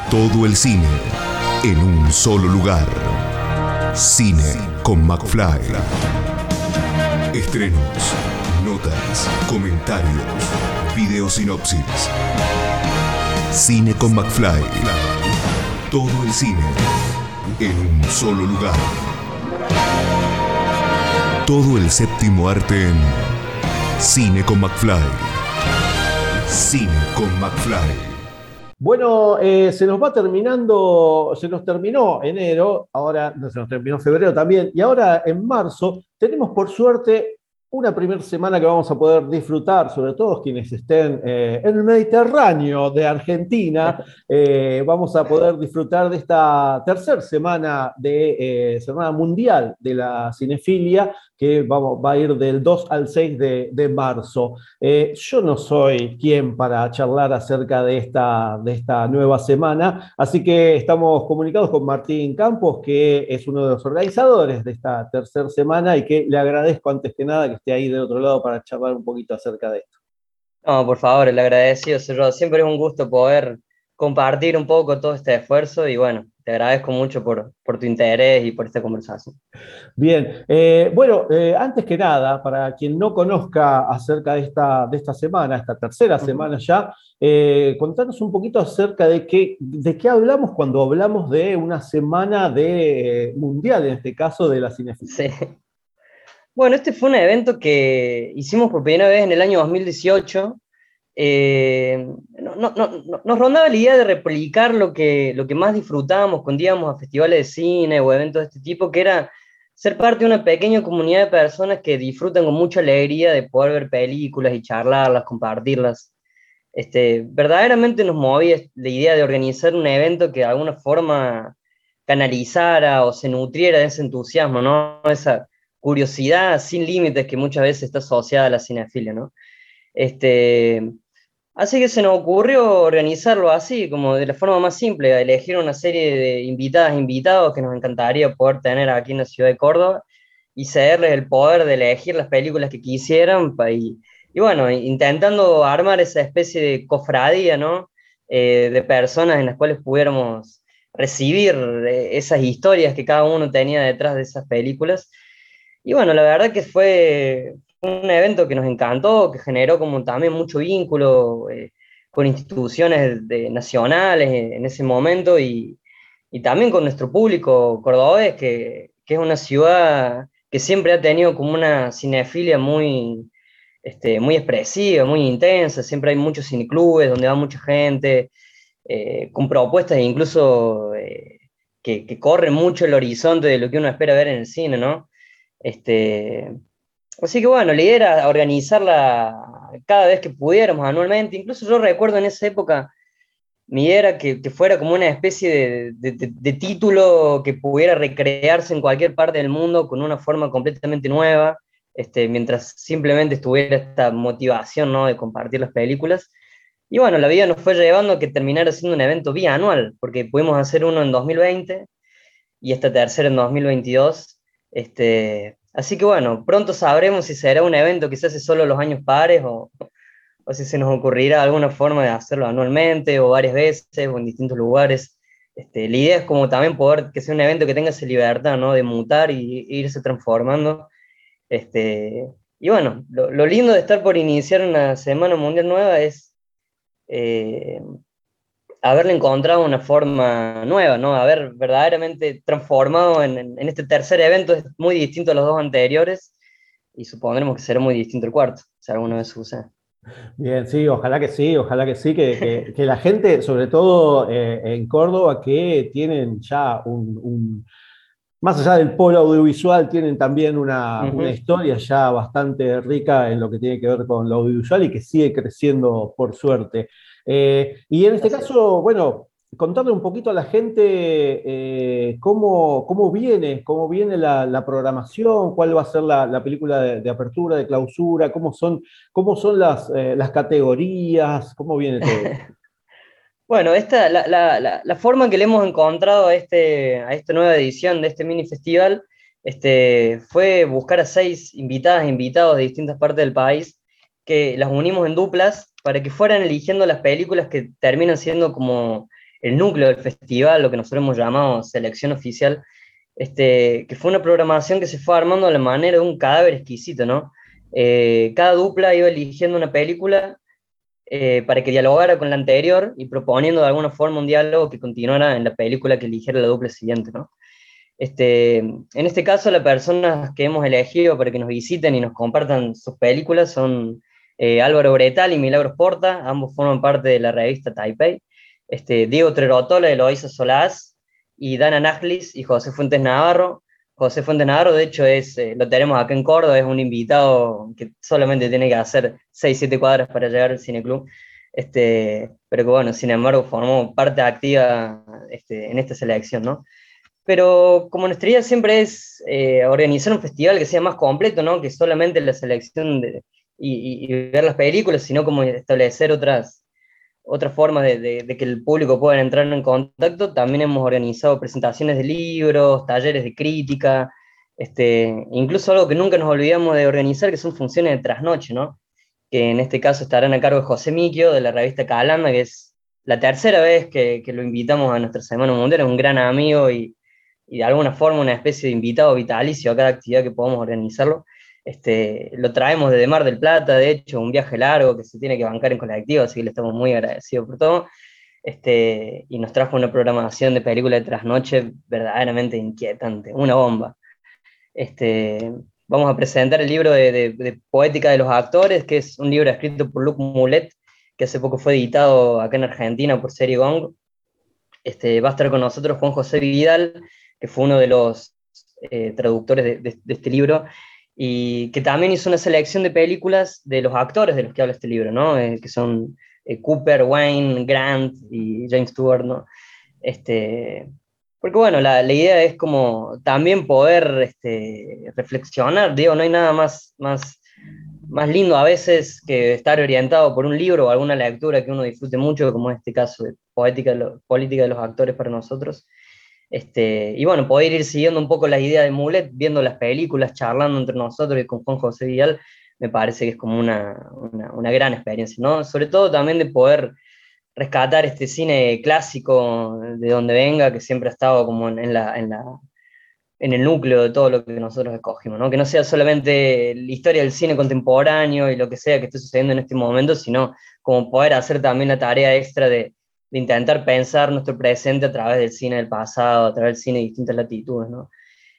Todo el cine en un solo lugar. Cine con McFly. Estrenos, notas, comentarios, videosinopsis. Cine con McFly. Todo el cine en un solo lugar. Todo el séptimo arte en Cine con McFly. Cine con McFly. Bueno, se nos va terminando, se nos terminó enero, ahora se nos terminó febrero también, y ahora en marzo tenemos por suerte una primera semana que vamos a poder disfrutar, sobre todo quienes estén en el Mediterráneo de Argentina. Vamos a poder disfrutar de esta tercera semana de Semana Mundial de la Cinefilia, que va a ir del 2 al 6 de marzo. Yo no soy quien para charlar acerca de esta nueva semana, así que estamos comunicados con Martín Campos, que es uno de los organizadores de esta tercera semana y que le agradezco antes que nada que esté ahí del otro lado para charlar un poquito acerca de esto. No, por favor, el agradecido soy yo. Siempre es un gusto poder compartir un poco todo este esfuerzo y bueno, te agradezco mucho por tu interés y por esta conversación. Bien, bueno, antes que nada, para quien no conozca acerca de esta semana, esta tercera semana ya, contanos un poquito acerca de qué hablamos cuando hablamos de una semana mundial, en este caso de la cinefilia. Sí. Bueno, este fue un evento que hicimos por primera vez en el año 2018. Nos rondaba la idea de replicar lo que más disfrutábamos cuando íbamos a festivales de cine o eventos de este tipo, que era ser parte de una pequeña comunidad de personas que disfrutan con mucha alegría de poder ver películas y charlarlas, compartirlas. Verdaderamente nos movía la idea de organizar un evento que de alguna forma canalizara o se nutriera de ese entusiasmo, ¿no? Esa curiosidad sin límites que muchas veces está asociada a la cinefilia, ¿no? Así que se nos ocurrió organizarlo así, como de la forma más simple, elegir una serie de invitadas e invitados que nos encantaría poder tener aquí en la ciudad de Córdoba y cederles el poder de elegir las películas que quisieran y bueno, intentando armar esa especie de cofradía, ¿no? De personas en las cuales pudiéramos recibir esas historias que cada uno tenía detrás de esas películas. Y bueno, la verdad que fue un evento que nos encantó, que generó como también mucho vínculo con instituciones nacionales en ese momento y también con nuestro público cordobés, que es una ciudad que siempre ha tenido como una cinefilia muy expresiva, muy intensa, siempre hay muchos cineclubes donde va mucha gente, con propuestas incluso que corren mucho el horizonte de lo que uno espera ver en el cine, ¿no? Este, Así que bueno, la idea era organizarla cada vez que pudiéramos anualmente. Incluso yo recuerdo en esa época, mi idea era que fuera como una especie de título que pudiera recrearse en cualquier parte del mundo con una forma completamente nueva, mientras simplemente estuviera esta motivación, ¿no? De compartir las películas. Y bueno, la vida nos fue llevando a que terminara siendo un evento bianual, porque pudimos hacer uno en 2020 y esta tercera en 2022. Así que bueno, pronto sabremos si será un evento que se hace solo los años pares o si se nos ocurrirá alguna forma de hacerlo anualmente o varias veces o en distintos lugares. La idea es como también poder que sea un evento que tenga esa libertad, ¿no? De mutar y irse transformando. Y bueno, lo lindo de estar por iniciar una Semana Mundial nueva es eh, haberle encontrado una forma nueva, ¿no? Haber verdaderamente transformado en este tercer evento es muy distinto a los dos anteriores y supondremos que será muy distinto el cuarto, si alguna vez sucede. Bien, sí, ojalá que sí, que la gente, sobre todo en Córdoba, que tienen ya más allá del polo audiovisual, tienen también una Uh-huh. historia ya bastante rica en lo que tiene que ver con lo audiovisual y que sigue creciendo por suerte. Y en este Así es. caso, bueno, contarle un poquito a la gente cómo viene la programación, cuál va a ser la película de apertura, de clausura, cómo son las categorías, cómo viene todo eso. Bueno, la forma en que le hemos encontrado a esta nueva edición de este mini festival fue buscar a 6 invitadas e invitados de distintas partes del país, que las unimos en duplas para que fueran eligiendo las películas que terminan siendo como el núcleo del festival, lo que nosotros hemos llamado selección oficial, que fue una programación que se fue armando a la manera de un cadáver exquisito, ¿no? Cada dupla iba eligiendo una película para que dialogara con la anterior y proponiendo de alguna forma un diálogo que continuara en la película que eligiera la dupla siguiente, ¿no? En este caso, las personas que hemos elegido para que nos visiten y nos compartan sus películas son Álvaro Bretal y Milagros Porta, ambos forman parte de la revista Taipei, Diego Trerotola, Eloísa Solás, y Dana Najlis y José Fuentes Navarro. José Fuentes Navarro, de hecho, lo tenemos acá en Córdoba, es un invitado que solamente tiene que hacer 6-7 cuadras para llegar al cineclub, pero que bueno, sin embargo, formó parte activa en esta selección, ¿no? Pero como nuestra idea siempre es organizar un festival que sea más completo, ¿no? Que solamente la selección y ver las películas, sino como establecer otras formas de que el público pueda entrar en contacto. También hemos organizado presentaciones de libros, talleres de crítica, incluso algo que nunca nos olvidamos de organizar, que son funciones de trasnoche, ¿no? Que en este caso estarán a cargo de José Miquio, de la revista Calama, que es la tercera vez que lo invitamos a nuestra Semana Mundial, es un gran amigo y de alguna forma una especie de invitado vitalicio a cada actividad que podamos organizarlo. Lo traemos desde Mar del Plata, de hecho, un viaje largo que se tiene que bancar en colectivo, así que le estamos muy agradecidos por todo. Y nos trajo una programación de película de trasnoche verdaderamente inquietante, una bomba. Vamos a presentar el libro de Poética de los Actores, que es un libro escrito por Luc Moulet, que hace poco fue editado acá en Argentina por Serie Gong. Va a estar con nosotros Juan José Vidal, que fue uno de los traductores de este libro, y que también hizo una selección de películas de los actores de los que habla este libro, ¿no? Que son Cooper, Wayne, Grant y James Stewart, ¿no? Porque bueno, la idea es como también poder reflexionar, digo, no hay nada más lindo a veces que estar orientado por un libro o alguna lectura que uno disfrute mucho, como en este caso de Política de los Actores para nosotros. Y bueno, poder ir siguiendo un poco las ideas de Mulet, viendo las películas, charlando entre nosotros y con Juan José Vidal, me parece que es como una gran experiencia, ¿no? Sobre todo también de poder rescatar este cine clásico de donde venga, que siempre ha estado como en el núcleo de todo lo que nosotros escogimos, ¿no? Que no sea solamente la historia del cine contemporáneo y lo que sea que esté sucediendo en este momento, sino como poder hacer también la tarea extra de intentar pensar nuestro presente a través del cine del pasado, a través del cine de distintas latitudes, ¿no?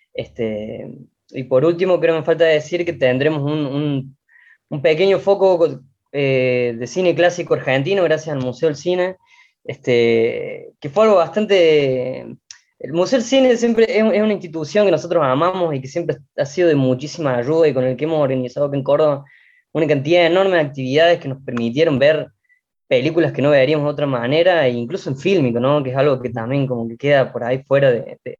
Y por último, creo que me falta decir que tendremos un pequeño foco de cine clásico argentino gracias al Museo del Cine, que fue algo bastante... El Museo del Cine siempre es una institución que nosotros amamos y que siempre ha sido de muchísima ayuda y con el que hemos organizado aquí en Córdoba una cantidad enorme de actividades que nos permitieron ver películas que no veríamos de otra manera, e incluso en fílmico, ¿no? Que es algo que también como que queda por ahí fuera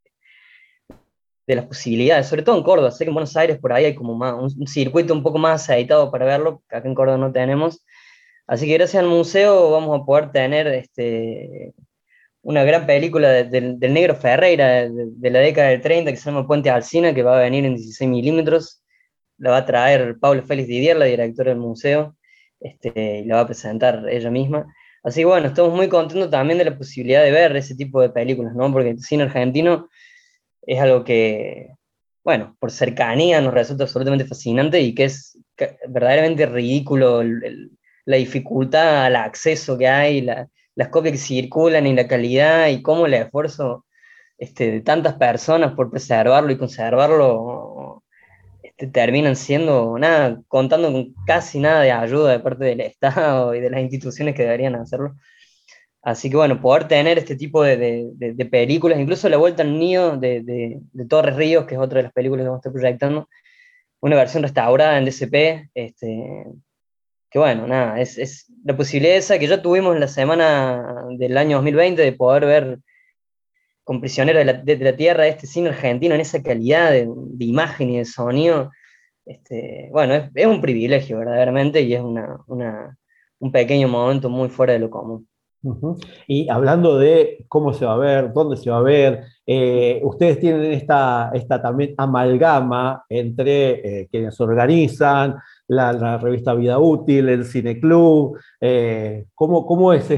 de las posibilidades, sobre todo en Córdoba. Sé que en Buenos Aires por ahí hay como un circuito un poco más aceitado para verlo, que acá en Córdoba no tenemos. Así que gracias al museo vamos a poder tener una gran película del Negro Ferreira de la década del 30 que se llama Puente Alsina, que va a venir en 16 milímetros. La va a traer Paula Félix Didier, la directora del museo, y la va a presentar ella misma. Así que bueno, estamos muy contentos también de la posibilidad de ver ese tipo de películas, ¿no? Porque el cine argentino es algo que, bueno, por cercanía nos resulta absolutamente fascinante y que es verdaderamente ridículo la dificultad al acceso que hay, las copias que circulan y la calidad y cómo el esfuerzo de tantas personas por preservarlo y conservarlo terminan siendo nada, contando con casi nada de ayuda de parte del Estado y de las instituciones que deberían hacerlo. Así que bueno, poder tener este tipo de películas, incluso La Vuelta al Nido de Torres Ríos, que es otra de las películas que vamos a estar proyectando, una versión restaurada en DCP, que bueno, nada, es la posibilidad esa que ya tuvimos en la semana del año 2020 de poder ver con Prisioneros de la Tierra este cine argentino en esa calidad de imagen y de sonido. Bueno, es un privilegio verdaderamente y es un pequeño momento muy fuera de lo común. Uh-huh. Y hablando de cómo se va a ver, dónde se va a ver, ustedes tienen esta también amalgama entre quienes organizan, la revista Vida Útil, el Cineclub. ¿Cómo es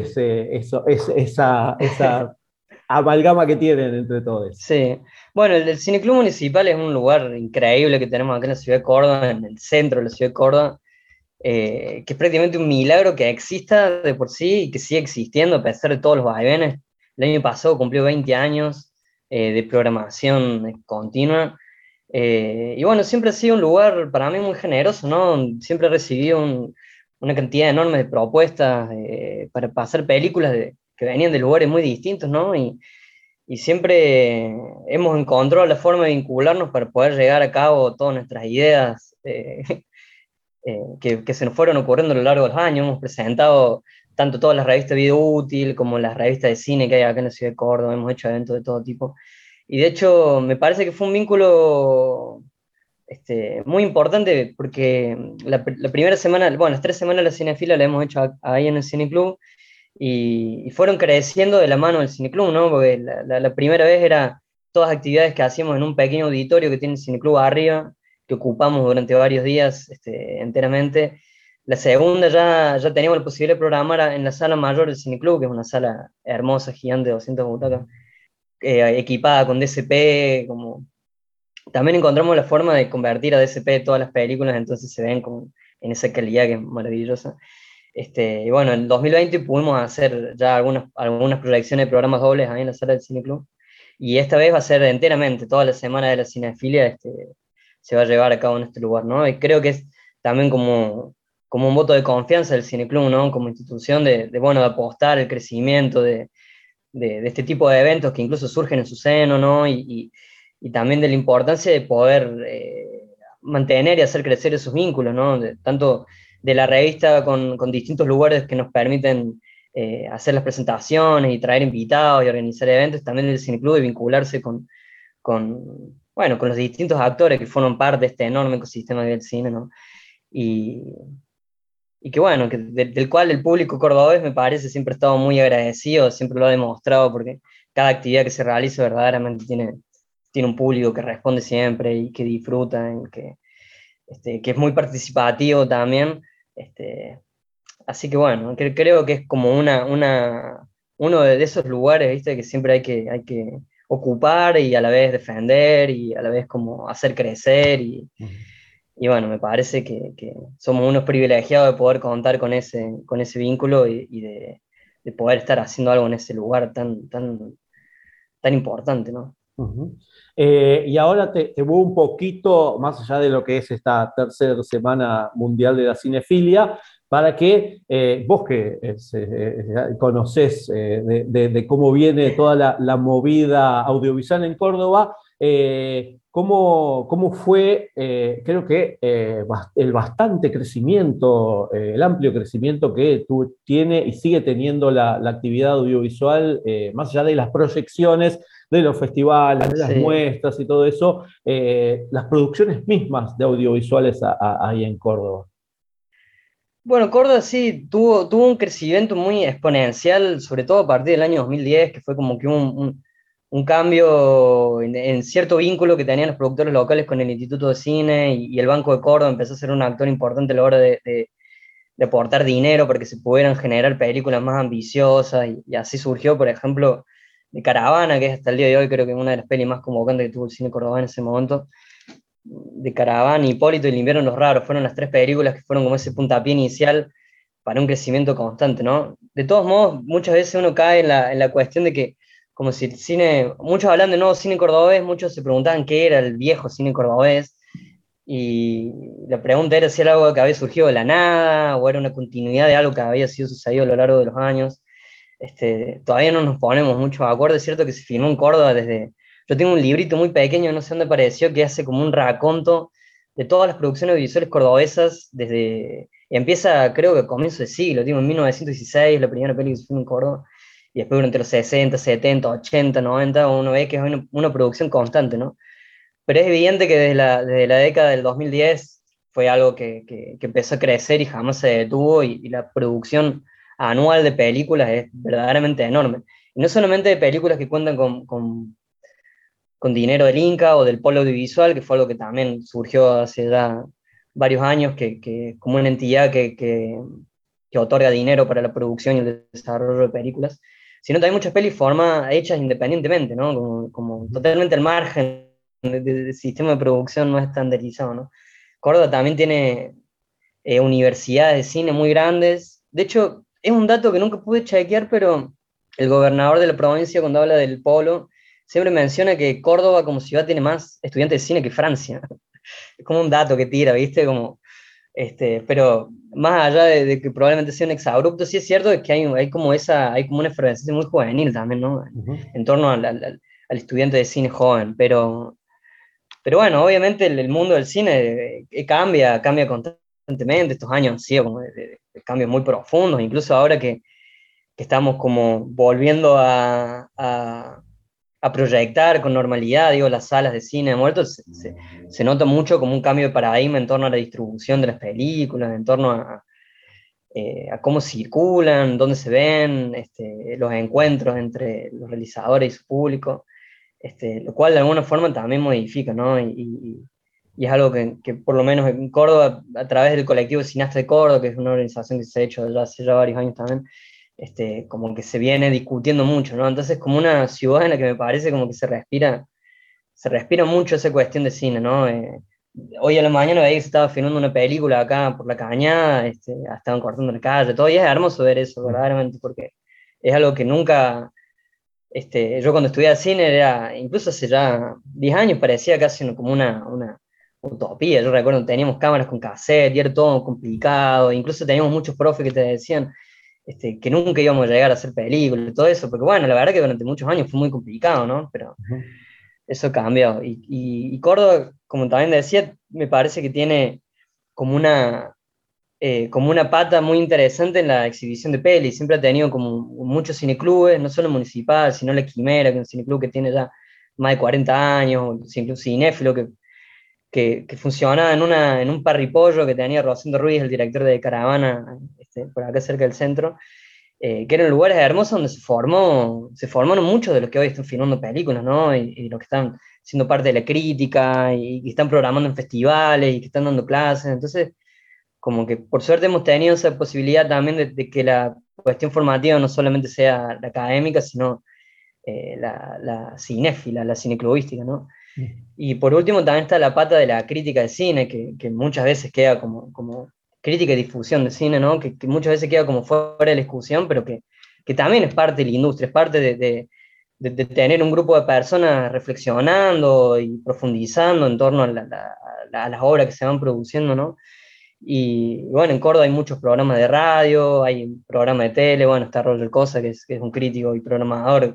esa amalgama que tienen entre todos? Sí, bueno, el Cineclub Municipal es un lugar increíble que tenemos acá en la ciudad de Córdoba, en el centro de la ciudad de Córdoba, que es prácticamente un milagro que exista de por sí y que sigue existiendo a pesar de todos los vaivenes. El año pasado cumplió 20 años de programación continua. Y bueno, siempre ha sido un lugar para mí muy generoso, ¿no? Siempre he recibido una cantidad enorme de propuestas para pasar películas que venían de lugares muy distintos, ¿no? Y siempre hemos encontrado la forma de vincularnos para poder llegar a cabo todas nuestras ideas que se nos fueron ocurriendo a lo largo de los años. Hemos presentado tanto todas las revistas de Vida Útil como las revistas de cine que hay acá en la ciudad de Córdoba, hemos hecho eventos de todo tipo. Y de hecho, me parece que fue un vínculo muy importante porque la primera semana, bueno, las 3 semanas de la cinefila la hemos hecho ahí en el Cineclub y fueron creciendo de la mano del Cineclub, ¿no? Porque la primera vez era todas actividades que hacíamos en un pequeño auditorio que tiene el Cineclub arriba, que ocupamos durante varios días enteramente. La segunda ya teníamos la posibilidad de programar en la sala mayor del Cineclub, que es una sala hermosa, gigante, de 200 butacas, equipada con DCP, como también encontramos la forma de convertir a DCP todas las películas, entonces se ven como en esa calidad que es maravillosa. Y bueno, en 2020 pudimos hacer ya algunas proyecciones de programas dobles ahí en la sala del Cineclub, y esta vez va a ser enteramente, toda la semana de la cinefilia se va a llevar a cabo en este lugar, ¿no? Y creo que es también como un voto de confianza del Cineclub, ¿no? Como institución bueno, de apostar el crecimiento de este tipo de eventos que incluso surgen en su seno, ¿no? Y también de la importancia de poder mantener y hacer crecer esos vínculos, ¿no? Tanto de la revista con distintos lugares que nos permiten hacer las presentaciones y traer invitados y organizar eventos, también del Cineclub de vincularse bueno, con los distintos actores que forman parte de este enorme ecosistema del cine, ¿no? Y, y que bueno, del cual el público cordobés me parece siempre ha estado muy agradecido, siempre lo ha demostrado, porque cada actividad que se realiza verdaderamente tiene un público que responde siempre y que disfruta, y que es muy participativo también. Así que bueno, creo que es como uno de esos lugares, ¿viste? Que siempre hay que ocupar y a la vez defender y a la vez como hacer crecer y bueno, me parece que somos unos privilegiados de poder contar con ese vínculo y de poder estar haciendo algo en ese lugar tan importante, ¿no? Ujú. Y ahora te voy un poquito más allá de lo que es esta tercera semana mundial de la cinefilia, para que vos que conocés de cómo viene toda la movida audiovisual en Córdoba, cómo fue, creo que el bastante crecimiento, el amplio crecimiento que tiene y sigue teniendo la actividad audiovisual, más allá de las proyecciones de los festivales, de las Sí. muestras y todo eso, las producciones mismas de audiovisuales ahí en Córdoba. Bueno, Córdoba sí tuvo un crecimiento muy exponencial, sobre todo a partir del año 2010, que fue como que un cambio en cierto vínculo que tenían los productores locales con el Instituto de Cine y el Banco de Córdoba empezó a ser un actor importante a la hora de aportar dinero para que se pudieran generar películas más ambiciosas y así surgió, por ejemplo, de Caravana, que es hasta el día de hoy creo que es una de las pelis más convocantes que tuvo el cine cordobés en ese momento. De Caravana, Hipólito y El invierno de los raros fueron las 3 películas que fueron como ese puntapié inicial para un crecimiento constante, ¿no? De todos modos, muchas veces uno cae en la cuestión de que, como si el cine, muchos hablan de nuevo cine cordobés, muchos se preguntaban qué era el viejo cine cordobés, y la pregunta era si era algo que había surgido de la nada, o era una continuidad de algo que había sido sucedido a lo largo de los años. Todavía no nos ponemos mucho de acuerdo, es cierto que se filmó en Córdoba yo tengo un librito muy pequeño, no sé dónde apareció, que hace como un raconto de todas las producciones audiovisuales cordobesas, empieza creo que a comienzo de siglo, digo, en 1916, la primera película que se filmó en Córdoba, y después durante los 60, 70, 80, 90, uno ve que es una producción constante, ¿no? Pero es evidente que desde la década del 2010 fue algo que empezó a crecer y jamás se detuvo, y la producción anual de películas es verdaderamente enorme. Y no solamente de películas que cuentan con dinero del Inca o del Polo Audiovisual, que fue algo que también surgió hace ya varios años, que como una entidad que otorga dinero para la producción y el desarrollo de películas, sino también muchas pelis hechas independientemente, ¿no? Como totalmente al margen del sistema de producción no estandarizado, ¿no? Córdoba también tiene universidades de cine muy grandes. De hecho, es un dato que nunca pude chequear, pero el gobernador de la provincia, cuando habla del polo, siempre menciona que Córdoba como ciudad tiene más estudiantes de cine que Francia. Es como un dato que tira, ¿viste? Pero más allá de que probablemente sea un exabrupto, sí es cierto que hay como una efervescencia muy juvenil también, ¿no? Ujú. En torno al estudiante de cine joven, pero bueno, obviamente el mundo del cine cambia constantemente. Estos años han sido como de cambios muy profundos, incluso ahora que estamos como volviendo a proyectar con normalidad, digo, las salas de cine de muertos, se nota mucho como un cambio de paradigma en torno a la distribución de las películas, en torno a cómo circulan, dónde se ven, los encuentros entre los realizadores y su público, lo cual de alguna forma también modifica, ¿no? Y es algo que por lo menos en Córdoba, a través del colectivo Cineasta de Córdoba, que es una organización que se ha hecho ya hace ya varios años también, como que se viene discutiendo mucho, ¿no? Entonces, como una ciudad en la que me parece como que se respira mucho esa cuestión de cine, ¿no? Hoy a la mañana veía que se estaba filmando una película acá por la Cañada, estaban cortando la calle, todo, y es hermoso ver eso, verdaderamente, porque es algo que nunca, yo cuando estudiaba cine, incluso hace ya 10 años, parecía casi como una utopía. Yo recuerdo que teníamos cámaras con cassette y era todo complicado, incluso teníamos muchos profes que te decían que nunca íbamos a llegar a hacer películas y todo eso, porque bueno, la verdad que durante muchos años fue muy complicado, ¿no? Pero Ujú. eso ha cambiado. Y Córdoba, como también decía, me parece que tiene como una pata muy interesante en la exhibición de pelis. Siempre ha tenido como muchos cineclubes, no solo municipal, sino La Quimera, que es un cineclub que tiene ya más de 40 años, un cineclub cinéfilo que funcionaba en un parripollo que tenía Rosendo Ruiz, el director de Caravana, por acá cerca del centro, que eran lugares hermosos donde se formaron muchos de los que hoy están filmando películas, ¿no? Y los que están siendo parte de la crítica y que están programando en festivales y que están dando clases. Entonces, como que por suerte hemos tenido esa posibilidad también de que la cuestión formativa no solamente sea la académica, sino la cinéfila, la cineclubística, ¿no? Y por último también está la pata de la crítica de cine, que muchas veces queda como crítica y difusión de cine, ¿no? Que muchas veces queda como fuera de la discusión, pero que también es parte de la industria, es parte de tener un grupo de personas reflexionando y profundizando en torno a las obras que se van produciendo, ¿no? Y bueno, en Córdoba hay muchos programas de radio, hay un programa de tele, bueno, está Roger Cosa, que es un crítico y programador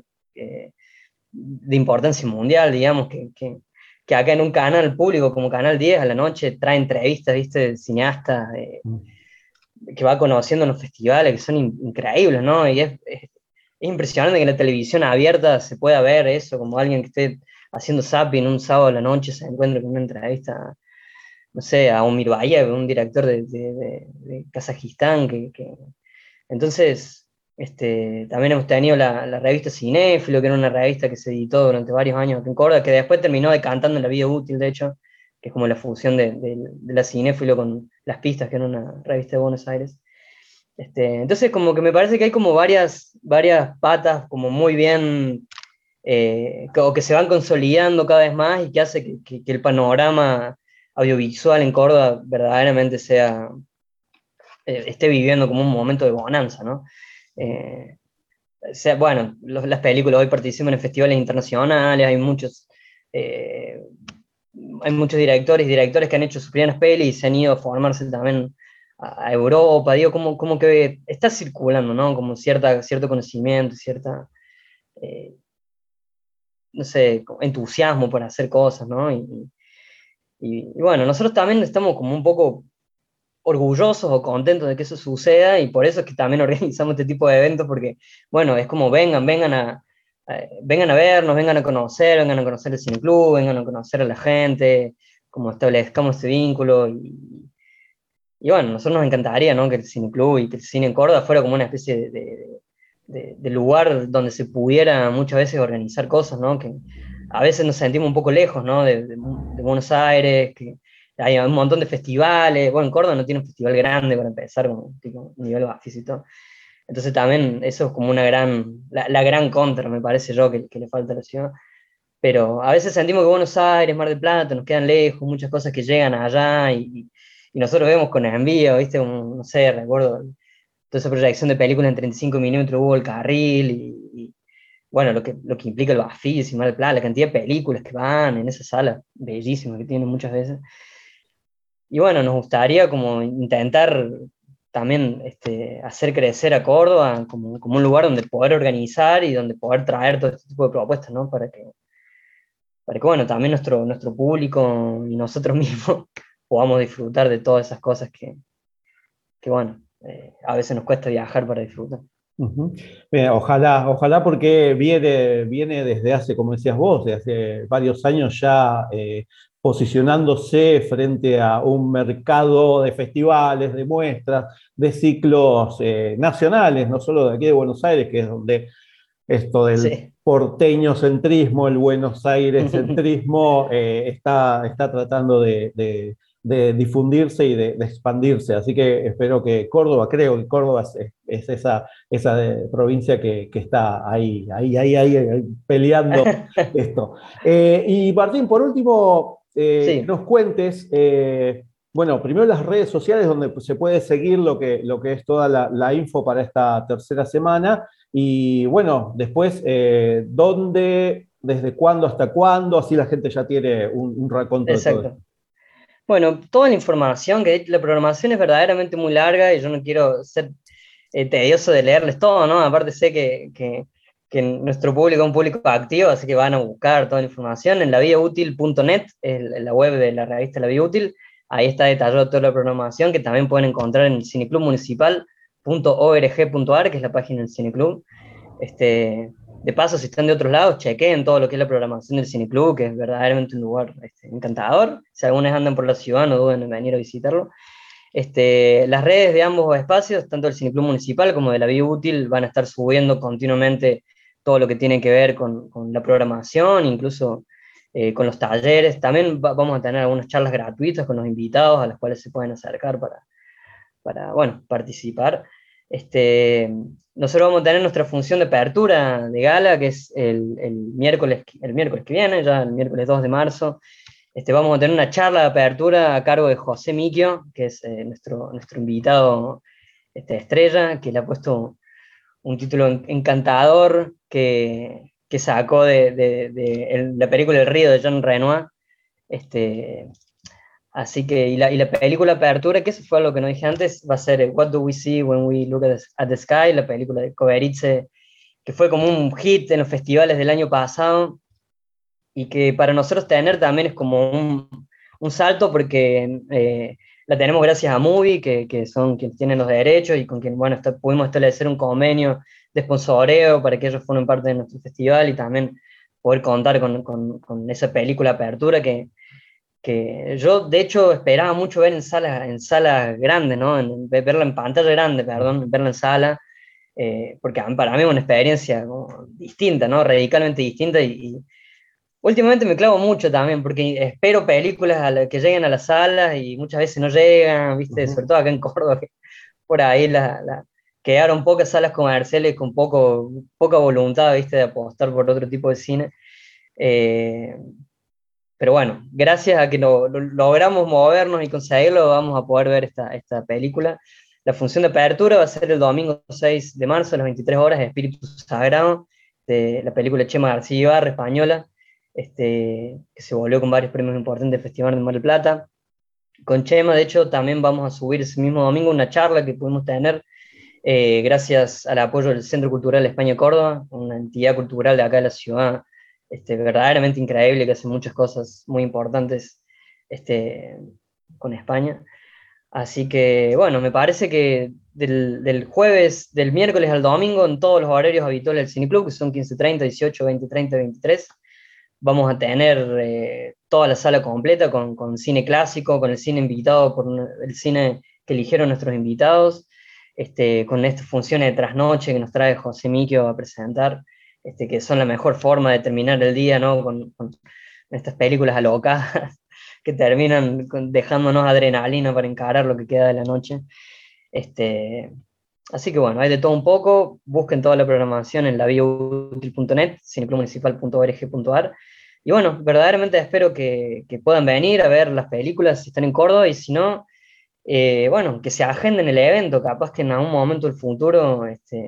de importancia mundial, digamos, que acá en un canal público como Canal 10 a la noche trae entrevistas, ¿viste? De cineastas que va conociendo en los festivales, que son increíbles, ¿no? Y es impresionante que en la televisión abierta se pueda ver eso, como alguien que esté haciendo zapping un sábado a la noche se encuentra con una entrevista, no sé, a un Mirbayev, un director de Kazajistán, entonces, también hemos tenido la revista Cinéfilo, que era una revista que se editó durante varios años aquí en Córdoba, que después terminó decantando en La Vida Útil, de hecho, que es como la fusión de la Cinéfilo con Las Pistas, que era una revista de Buenos Aires. Entonces, como que me parece que hay como varias patas como muy bien, o que se van consolidando cada vez más y que hace que el panorama audiovisual en Córdoba verdaderamente esté viviendo como un momento de bonanza, ¿no? Eh, bueno, las películas hoy participan en festivales internacionales, eh, hay muchos directores que han hecho sus primeras pelis y se han ido a formarse también a Europa, digo, como que está circulando, ¿no? Como cierto conocimiento, eh, no sé, entusiasmo por hacer cosas, ¿no? Y bueno, nosotros también estamos como un poco orgullosos o contentos de que eso suceda y por eso es que también organizamos este tipo de eventos porque, bueno, es como vengan a vernos, vengan a conocer el cineclub, vengan a conocer a la gente, como establezcamos este vínculo y bueno, a nosotros nos encantaría, ¿no? Que el cineclub y que el cine en Córdoba fuera como una especie de lugar donde se pudiera muchas veces organizar cosas, ¿no? Que a veces nos sentimos un poco lejos, ¿no? De Buenos Aires, hay un montón de festivales. Bueno, en Córdoba no tiene un festival grande para empezar, como tipo nivel Bafis y todo. Entonces también eso es como la gran contra, me parece yo, que le falta a la ciudad. Pero a veces sentimos que Buenos Aires, Mar del Plata, nos quedan lejos, muchas cosas que llegan allá y nosotros vemos con envío, ¿viste? No sé, recuerdo toda esa proyección de películas en 35 minutos, hubo el carril bueno, lo que implica el Bafis y Mar del Plata, la cantidad de películas que van en esa sala, bellísimas que tienen muchas veces. Y bueno, nos gustaría como intentar también hacer crecer a Córdoba como un lugar donde poder organizar y donde poder traer todo este tipo de propuestas, ¿no? Para que bueno, también nuestro público y nosotros mismos podamos disfrutar de todas esas cosas que bueno, a veces nos cuesta viajar para disfrutar. Ujú. Ojalá porque viene desde hace, como decías vos, de hace varios años ya posicionándose frente a un mercado de festivales, de muestras, de ciclos nacionales, no solo de aquí de Buenos Aires, que es donde esto del Sí. porteño centrismo, el Buenos Aires centrismo, está tratando de difundirse y de expandirse. Así que espero que Córdoba, creo que Córdoba es esa provincia que está ahí peleando esto. Y Martín, por último, que Sí. nos cuentes, bueno, primero las redes sociales donde se puede seguir lo que es toda la info para esta tercera semana. Y bueno, después, ¿dónde, desde cuándo hasta cuándo? Así la gente ya tiene un raconto de todo esto. Exacto. Bueno, toda la información, que la programación es verdaderamente muy larga y yo no quiero ser tedioso de leerles todo, ¿no? Aparte sé que nuestro público es un público activo, así que van a buscar toda la información en laviaútil.net, es la web de la revista La Vía Útil. Ahí está detallada toda la programación que también pueden encontrar en el cineclubmunicipal.org.ar, que es la página del cineclub. De paso, si están de otros lados, chequen todo lo que es la programación del Cineclub, que es verdaderamente un lugar encantador. Si algunos andan por la ciudad, no duden en venir a visitarlo. Las redes de ambos espacios, tanto del Cineclub Municipal como de la Vía Útil, van a estar subiendo continuamente todo lo que tiene que ver con la programación, incluso con los talleres. También vamos a tener algunas charlas gratuitas con los invitados a las cuales se pueden acercar para bueno, participar. Nosotros vamos a tener nuestra función de apertura de gala, que es el miércoles que viene, ya el miércoles 2 de marzo. Vamos a tener una charla de apertura a cargo de José Miquio, que es nuestro invitado estrella, que le ha puesto un título encantador que sacó de la película El Río de Jean Renoir. Este, Así que, y la película Apertura, que eso fue lo que no dije antes, va a ser What Do We See When We Look at the Sky, la película de Coveritze, que fue como un hit en los festivales del año pasado, y que para nosotros tener también es como un salto, porque la tenemos gracias a Movie, que son quienes tienen los derechos, y con quien, bueno, pudimos establecer un convenio de sponsoreo para que ellos formen parte de nuestro festival, y también poder contar con esa película Apertura que yo de hecho esperaba mucho ver en salas grandes, ¿no? Verla en pantalla grande, perdón, verla en sala, porque para mí es una experiencia como distinta, ¿no? Radicalmente distinta y últimamente me clavo mucho también, porque espero películas que lleguen a las salas y muchas veces no llegan, ¿viste? Sobre Ujú. todo acá en Córdoba, que por ahí quedaron pocas salas comerciales con poca voluntad, ¿viste? De apostar por otro tipo de cine. Eh, pero bueno, gracias a que logramos movernos y conseguirlo, vamos a poder ver esta película. La función de apertura va a ser el domingo 6 de marzo a las 23 horas, Espíritu Sagrado, de la película Chema García Ibarra, española, que se volvió con varios premios importantes del Festival de Mar del Plata. Con Chema, de hecho, también vamos a subir ese mismo domingo una charla que pudimos tener gracias al apoyo del Centro Cultural España Córdoba, una entidad cultural de acá de la ciudad, verdaderamente increíble, que hace muchas cosas muy importantes con España. Así que, bueno, me parece que del miércoles al domingo, en todos los horarios habituales del Cineclub, que son 15:30, 18, 20:30, 23, vamos a tener toda la sala completa con cine clásico, con el cine invitado por el cine que eligieron nuestros invitados, con estas funciones de trasnoche que nos trae José Miquio a presentar, que son la mejor forma de terminar el día, ¿no? Con estas películas alocadas que terminan dejándonos adrenalina para encarar lo que queda de la noche. Así que bueno, hay de todo un poco. Busquen toda la programación en laviautil.net, cineclubmunicipal.org.ar. Y bueno, verdaderamente espero que puedan venir a ver las películas si están en Córdoba, y si no, bueno, que se agenden el evento, capaz que en algún momento del futuro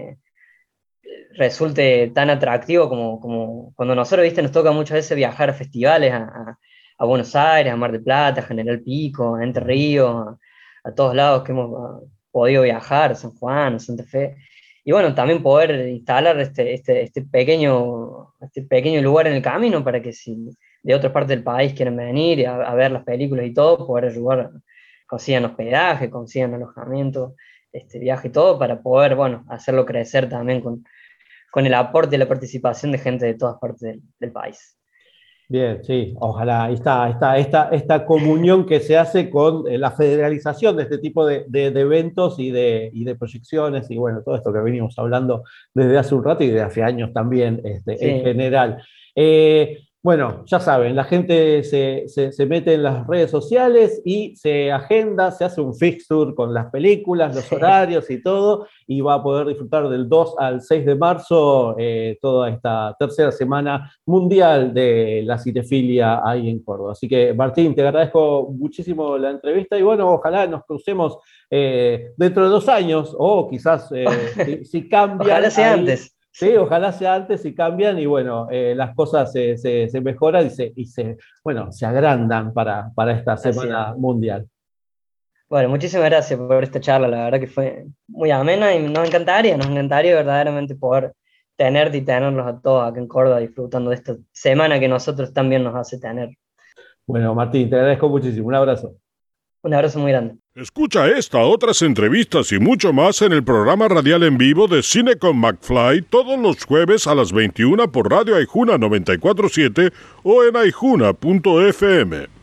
resulte tan atractivo como cuando nosotros, viste, nos toca muchas veces viajar a festivales, a Buenos Aires, a Mar del Plata, a General Pico, a Entre Ríos, a todos lados que hemos podido viajar, a San Juan, a Santa Fe. Y bueno, también poder instalar este pequeño lugar en el camino para que si de otras partes del país quieren venir a ver las películas y todo, poder ayudar, consigan hospedaje, consigan alojamiento, viaje y todo, para poder, bueno, hacerlo crecer también con el aporte y la participación de gente de todas partes del país. Bien, sí, ojalá. Esta comunión que se hace con la federalización de este tipo de eventos y de proyecciones, y bueno, todo esto que venimos hablando desde hace un rato y desde hace años también, Sí. en general. Bueno, ya saben, la gente se mete en las redes sociales y se agenda, se hace un fixture con las películas, los horarios y todo, y va a poder disfrutar del 2 al 6 de marzo toda esta tercera semana mundial de la cinefilia ahí en Córdoba. Así que, Martín, te agradezco muchísimo la entrevista y bueno, ojalá nos crucemos dentro de 2 años, o quizás si cambian. Ojalá sea ahí, antes. sí, ojalá sea antes y cambian y bueno, las cosas se mejoran y se agrandan para esta semana mundial. Bueno, muchísimas gracias por esta charla, la verdad que fue muy amena y nos encantaría verdaderamente poder tenerte y tenerlos a todos acá en Córdoba disfrutando de esta semana que nosotros también nos hace tener. Bueno, Martín, te agradezco muchísimo. Un abrazo. Un abrazo muy grande. Escucha esta, otras entrevistas y mucho más en el programa radial en vivo de Cine con McFly todos los jueves a las 21 por Radio Aijuna 94.7 o en aijuna.fm.